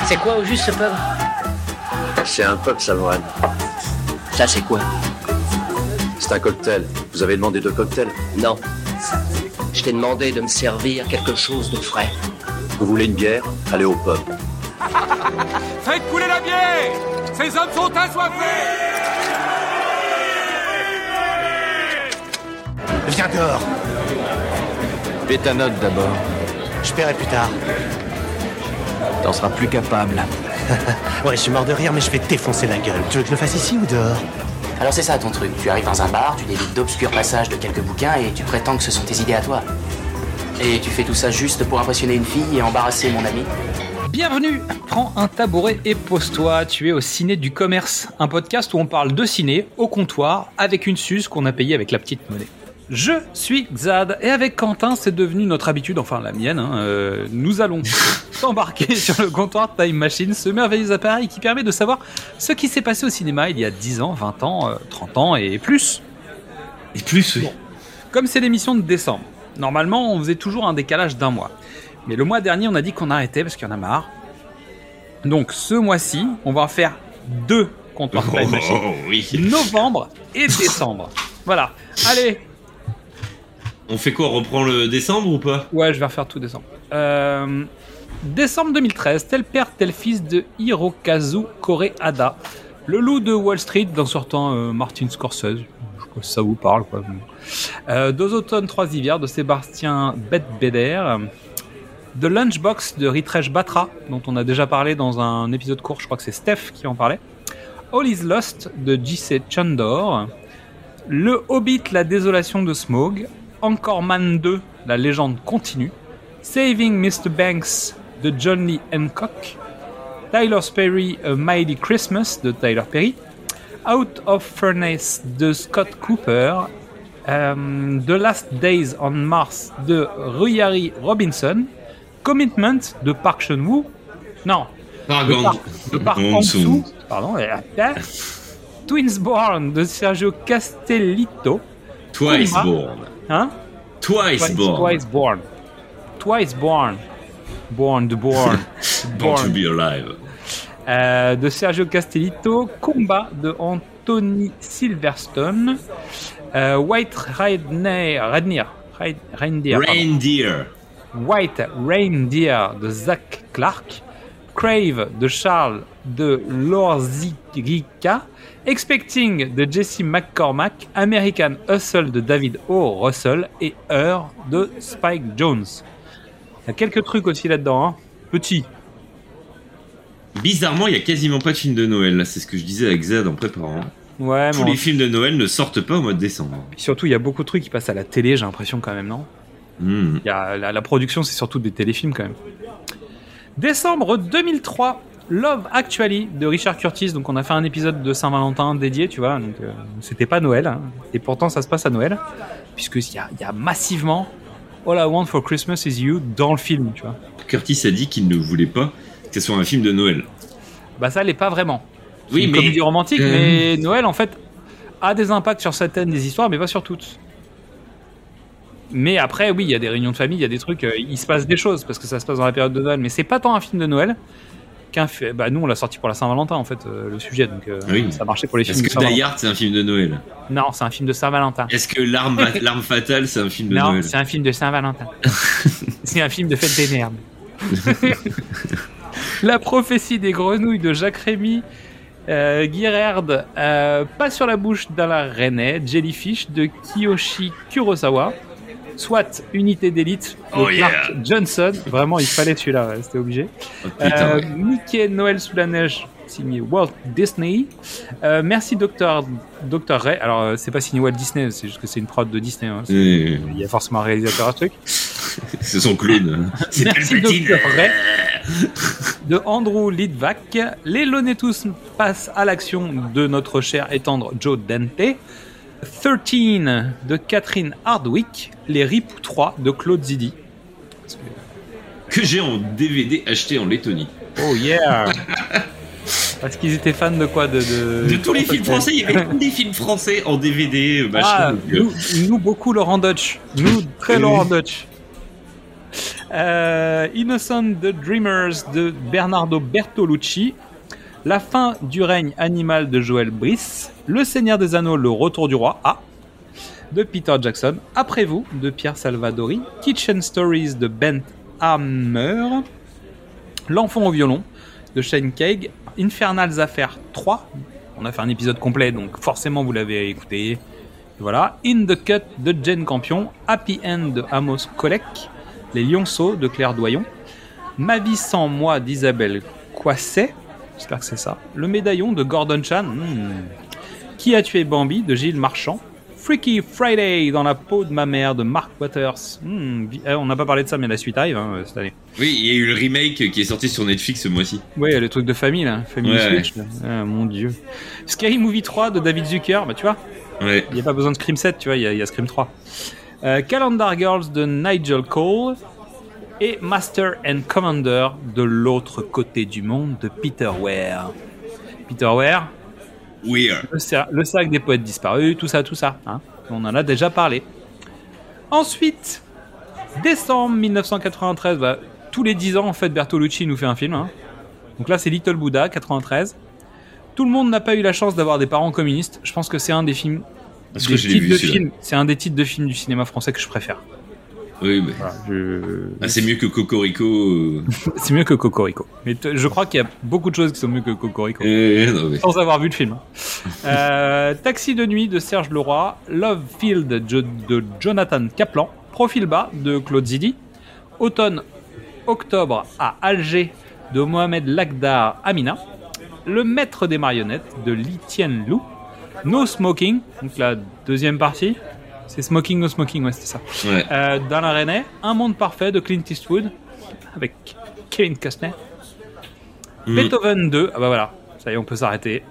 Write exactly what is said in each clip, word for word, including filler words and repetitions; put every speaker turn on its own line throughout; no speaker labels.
C'est quoi au juste ce pub?
C'est un pub, Salmohan.
Ça c'est quoi?
C'est un cocktail. Vous avez demandé deux cocktails?
Non. Je t'ai demandé de me servir quelque chose de frais.
Vous voulez une bière? Allez au pub.
Faites couler la bière! Ces hommes sont assoiffés!
Viens dehors.
Fais ta note d'abord.
Je paierai plus tard.
T'en seras plus capable.
Ouais, je suis mort de rire, mais je vais te défoncer la gueule. Tu veux que je le fasse ici ou dehors?
Alors c'est ça ton truc, tu arrives dans un bar, tu délites d'obscurs passages de quelques bouquins et tu prétends que ce sont tes idées à toi. Et tu fais tout ça juste pour impressionner une fille et embarrasser mon ami?
Bienvenue, prends un tabouret et pose-toi, tu es au Ciné du Commerce, un podcast où on parle de ciné au comptoir avec une suze qu'on a payée avec la petite monnaie. Je suis Xad et avec Quentin c'est devenu notre habitude, enfin la mienne, hein, euh, nous allons s'embarquer sur le comptoir Time Machine, ce merveilleux appareil qui permet de savoir ce qui s'est passé au cinéma il y a dix ans, vingt ans, euh, trente ans et plus.
Et plus, oui.
Bon. Comme c'est l'émission de décembre, normalement on faisait toujours un décalage d'un mois. Mais le mois dernier on a dit qu'on arrêtait parce qu'il y en a marre. Donc ce mois-ci on va faire deux comptoirs
oh,
Time Machine,
oh, oui.
novembre et décembre. Voilà, allez.
On fait quoi? On reprend le décembre ou pas?
Ouais, je vais refaire tout décembre. Euh, décembre deux mille treize, tel père, tel fils de Hirokazu Koreeda. Le loup de Wall Street d'un certain euh, Martin Scorsese. Je sais pas si ça vous parle, quoi. Euh, Deux automnes, trois hivers de Sébastien Bedbeder. The Lunchbox de Ritresh Batra, dont on a déjà parlé dans un épisode court, je crois que c'est Steph qui en parlait. All is Lost de J C Chandor. Le Hobbit, la désolation de Smaug. Anchorman deux, la légende continue. Saving mister Banks de John Lee Hancock. Tyler Perry, A Mighty Christmas de Tyler Perry. Out of Furnace de Scott Cooper. Um, The Last Days on Mars de Ruyari Robinson. Commitment de Park Chan-wook. Non.
Par
de Park, de Park Chan-wook. Pardon. Twinsborn de Sergio Castellitto.
Twice
Kuma.
Born.
Hein?
Twice,
Twice
Born.
Twice Born. Twice Born. Born de Born.
Born to be alive.
Euh, de Sergio Castellitto. Kumba de Anthony Silverstone. Euh, White Reindeer. Reindeer. Reindeer.
Reindeer.
White Reindeer de Zach Clark. Crave de Charles de Lorzirica. Expecting de Jesse McCormack, American Hustle de David O. Russell et Heure de Spike Jones. Il y a quelques trucs aussi là-dedans, hein. Petit.
Bizarrement, il y a quasiment pas de film de Noël. Là, c'est ce que je disais avec Zed en préparant.
Ouais,
Tous
mais
les films de Noël ne sortent pas au mois de décembre.
Puis surtout, il y a beaucoup de trucs qui passent à la télé, j'ai l'impression quand même, non?
Mmh.
Il y a la, la production, c'est surtout des téléfilms quand même. Décembre deux mille trois. Love Actually de Richard Curtis, donc on a fait un épisode de Saint-Valentin dédié, tu vois, donc euh, c'était pas Noël, hein, et pourtant ça se passe à Noël, puisqu'il y a, il y a massivement All I Want for Christmas is You dans le film, tu vois.
Curtis a dit qu'il ne voulait pas que ce soit un film de Noël.
Bah ça l'est pas vraiment. C'est
oui,
une
mais...
comédie romantique,
euh...
mais Noël en fait a des impacts sur certaines des histoires, mais pas sur toutes. Mais après, oui, il y a des réunions de famille, il y a des trucs, euh, il se passe des choses, parce que ça se passe dans la période de Noël, mais c'est pas tant un film de Noël qu'un fait. Bah nous on l'a sorti pour la Saint-Valentin en fait, euh, le sujet, donc euh,
oui.
ça marchait pour les films.
Est-ce que Die Hard c'est un film de Noël?
Non, c'est un film de Saint-Valentin.
Est-ce que l'arme, l'arme fatale c'est un film de
non,
Noël?
Non, c'est un film de Saint-Valentin. C'est un film de fête des mères. La prophétie des grenouilles de Jacques Rémy. Euh, Guirerd, euh, Pas sur la bouche d'Alain Resnais. Jellyfish de Kiyoshi Kurosawa. Soit Unité d'élite de
oh
Clark
yeah.
Johnson. Vraiment, il fallait celui-là, ouais, c'était obligé.
Oh, putain,
euh,
ouais.
Mickey Noël sous la neige, signé Walt Disney. Euh, merci Docteur Docteur Ray. Alors, euh, c'est pas signé Walt Disney, c'est juste que c'est une prod de Disney. Hein.
Et...
Il y a forcément un réalisateur à ce truc.
C'est son clown. C'est
merci Docteur Ray. De Andrew Lidvack. Les Lonetus passent à l'action de notre cher et tendre Joe Dante. treize de Catherine Hardwick. Les Ripoux trois de Claude Zidi.
Que j'ai en D V D acheté en Lettonie.
Oh yeah. Parce qu'ils étaient fans de quoi de, de...
de tous les films français, il y avait tous des films français en D V D, machin.
Ah, nous, nous, beaucoup Laurent Dutch. Nous, très Laurent Dutch. Euh, Innocent the Dreamers de Bernardo Bertolucci. La fin du règne animal de Joël Brice. Le Seigneur des Anneaux, le retour du roi. Ah, de Peter Jackson. Après vous, de Pierre Salvadori. Kitchen Stories de Bent Hammer. L'enfant au violon, de Shane Kaig. Infernal Affaires trois. On a fait un épisode complet, donc forcément vous l'avez écouté. Voilà. In the Cut de Jane Campion. Happy End de Amos Kollek. Les Lionceaux de Claire Doyon. Ma vie sans moi d'Isabelle Coisset. J'espère que c'est ça. Le Médaillon de Gordon Chan. Hmm. Qui a tué Bambi de Gilles Marchand. Freaky Friday dans la peau de ma mère de Mark Waters. Hmm, on n'a pas parlé de ça, mais la suite arrive hein, cette année.
Oui, il y a eu le remake qui est sorti sur Netflix ce mois-ci.
Oui, le truc de famille là, Family
ouais,
Switch. Ouais. Ah, mon dieu. Scary Movie trois de David Zucker, bah tu vois.
Ouais.
Il n'y a pas besoin de Scream sept, tu vois, il y, a, il y a Scream trois. Euh, Calendar Girls de Nigel Cole. Et Master and Commander de l'autre côté du monde de Peter Weir. Peter Weir.
Weir.
Le, cer- le sac des poètes disparus, tout ça, tout ça. Hein. On en a déjà parlé. Ensuite, décembre dix-neuf cent quatre-vingt-treize, bah, tous les dix ans, en fait, Bertolucci nous fait un film. Hein. Donc là, c'est Little Buddha, quatre-vingt-treize. Tout le monde n'a pas eu la chance d'avoir des parents communistes. Je pense que c'est un des films.
Est-ce
des
que je l'ai
titres
vu,
de
celui-là
films, c'est un des titres de films du cinéma français que je préfère.
Oui, mais...
Voilà, je...
ah, c'est mieux que Cocorico. Euh...
c'est mieux que Cocorico. Mais t- je crois qu'il y a beaucoup de choses qui sont mieux que Cocorico.
Euh, non, mais...
Sans avoir vu le film. euh, Taxi de nuit de Serge Leroy. Love Field de, de Jonathan Kaplan. Profil bas de Claude Zidi. Automne, octobre à Alger de Mohamed Lakhdar Amina. Le maître des marionnettes de Li Tien Lou. No Smoking, donc la deuxième partie. C'est Smoking, No Smoking, ouais, c'était ça.
Ouais.
Euh, d'Alain Resnais, Un monde parfait de Clint Eastwood, avec Kevin Costner. Mm. Beethoven deux, ah bah voilà, ça y est, on peut s'arrêter.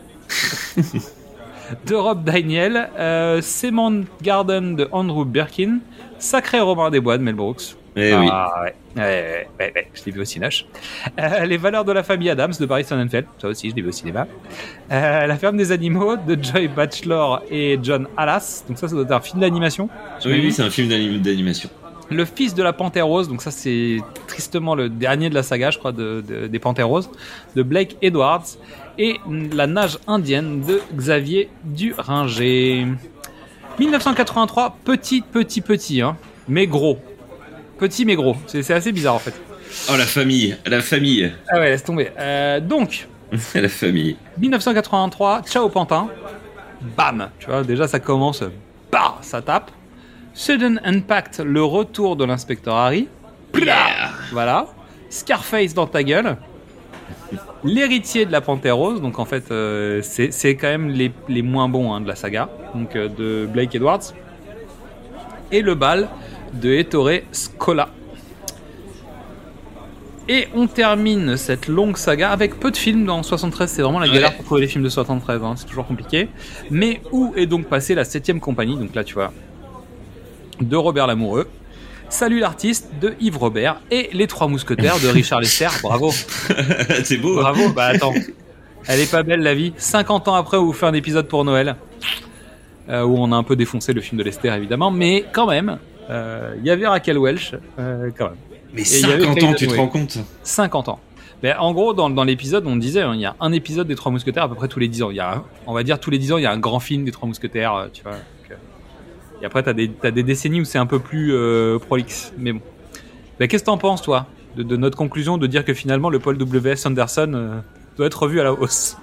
De Rob Daniel, euh, Cement Garden de Andrew Birkin, Sacré Robin des Bois de Mel Brooks.
Eh
ah,
oui.
Ouais, ouais, ouais, ouais, je l'ai vu au Cinoche. Euh, Les valeurs de la famille Adams de Barry Sonnenfeld, ça aussi je l'ai vu au cinéma. Euh, La ferme des animaux de Joy Batchelor et John Halas, donc ça, ça doit être un film d'animation.
Oui, oui, c'est un film d'anim- d'animation.
Le fils de la Panthère Rose, donc ça c'est tristement le dernier de la saga, je crois, de, de, des Panthères Roses, de Blake Edwards. Et La nage indienne de Xavier Duringer. dix-neuf cent quatre-vingt-trois, petit, petit, petit, hein, mais gros. Petit mais gros, c'est, c'est assez bizarre en fait.
Oh la famille, la famille.
Ah ouais, laisse tomber. Euh, donc,
la famille.
dix-neuf cent quatre-vingt-trois, Ciao Pantin. Bam, tu vois, déjà ça commence, bah, ça tape. Sudden Impact, le retour de l'inspecteur Harry.
Yeah.
Voilà. Scarface dans ta gueule. L'héritier de la Panthère Rose, donc en fait, euh, c'est, c'est quand même les, les moins bons hein, de la saga, donc euh, de Blake Edwards. Et le bal de Ettore Scola. Et on termine cette longue saga avec peu de films dans soixante-treize. C'est vraiment la galère ouais. pour trouver les films de soixante-treize, hein, c'est toujours compliqué. Mais où est donc passée la septième compagnie? Donc là, tu vois, de Robert Lamoureux. Salut l'artiste de Yves Robert et Les Trois Mousquetaires de Richard Lester. Bravo.
C'est beau.
Bravo. Bah attends, elle est pas belle la vie. cinquante ans après, on vous fait un épisode pour Noël euh, où on a un peu défoncé le film de Lester évidemment, mais quand même, il euh, y avait Raquel Welch euh, quand même.
Mais cinquante ans, tu te rends compte?
cinquante ans. Mais en gros, dans, dans l'épisode, on disait, il hein, y a un épisode des Trois Mousquetaires à peu près tous les dix ans. Il y a, on va dire tous les dix ans, il y a un grand film des Trois Mousquetaires, tu vois. Et après, t'as des, t'as des décennies où c'est un peu plus euh, prolixe. Mais bon. Bah, qu'est-ce que t'en penses, toi, de, de notre conclusion de dire que finalement, le Paul W S. Anderson euh, doit être revu à la hausse?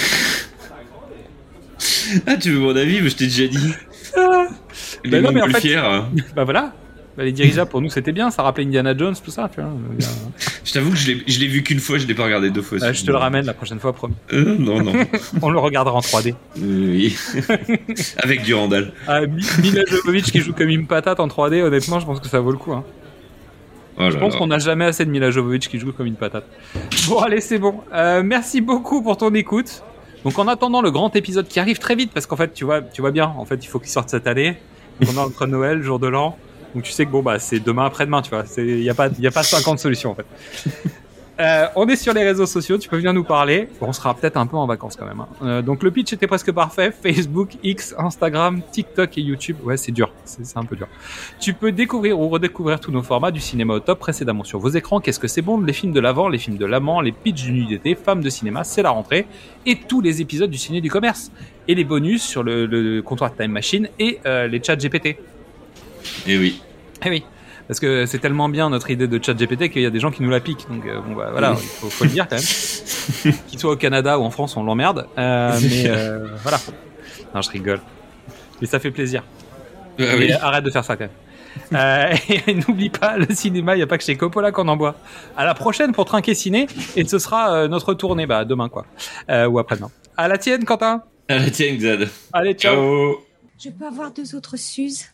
Ah, tu veux mon avis? Mais je t'ai déjà dit.
Ah.
Les
bah non, mais en
plus
fait,
fiers. Hein.
Bah voilà. Bah, les dirigeables, pour nous, c'était bien. Ça rappelait Indiana Jones, tout ça, tu vois.
Je t'avoue que je l'ai, je l'ai vu qu'une fois, je l'ai pas regardé deux fois.
Bah, je te le ramène la prochaine fois, promis.
Euh, non, non.
On le regardera en trois D.
Euh, oui. Avec Durandal.
Ah, Mila Jovovich qui joue comme une patate en trois D, honnêtement, je pense que ça vaut le coup. Hein.
Oh
je pense
là.
qu'on n'a jamais assez de Mila Jovovich qui joue comme une patate. Bon, allez, c'est bon. Euh, merci beaucoup pour ton écoute. Donc, en attendant le grand épisode qui arrive très vite, parce qu'en fait, tu vois, tu vois bien, en fait, il faut qu'il sorte cette année. On est entre Noël, jour de l'an. Donc tu sais que bon bah c'est demain après-demain, tu vois. Il y a pas il y a pas cinquante solutions en fait. Euh, on est sur les réseaux sociaux, tu peux venir nous parler. Bon, on sera peut-être un peu en vacances quand même. Hein. Euh, donc le pitch était presque parfait. Facebook, X, Instagram, TikTok et YouTube. Ouais, c'est dur, c'est, c'est un peu dur. Tu peux découvrir ou redécouvrir tous nos formats du cinéma au top précédemment sur vos écrans. Qu'est-ce que c'est bon? Les films de l'avant, les films de l'amant, les pitchs du nuit d'été, femmes de cinéma, c'est la rentrée. Et tous les épisodes du ciné du commerce. Et les bonus sur le, le comptoir Time Machine et euh, les chats G P T.
Et oui.
Eh oui. Parce que c'est tellement bien notre idée de chat G P T qu'il y a des gens qui nous la piquent. Donc euh, bon bah voilà, il faut, faut le dire quand même. Qu'il soit au Canada ou en France, on l'emmerde. Euh, mais euh, voilà. Non, je rigole. Mais ça fait plaisir.
Ah,
mais
oui.
arrête de faire ça quand même. Euh, et n'oublie pas, le cinéma, il n'y a pas que chez Coppola qu'on en boit. À la prochaine pour Trinquer Ciné. Et ce sera euh, notre tournée, bah demain quoi. Euh, ou après-demain. À la tienne, Quentin.
À la tienne, Xad.
Allez, ciao.
Ciao.
Je peux avoir deux autres Suzes?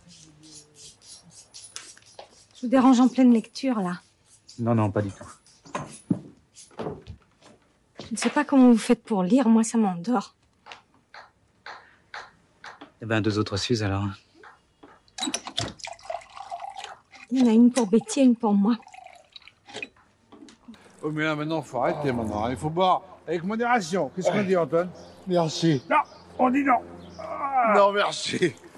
Je vous dérange en pleine lecture, là.
Non, non, pas du tout.
Je ne sais pas comment vous faites pour lire, moi, ça m'endort.
Eh ben, deux autres Suzes, alors.
Il y en a une pour Betty et une pour moi.
Oh, mais là, maintenant, faut arrêter, maintenant. Il faut boire avec modération. Qu'est-ce qu'on dit, Antoine?
Merci.
Non, on dit non. Ah.
Non, merci.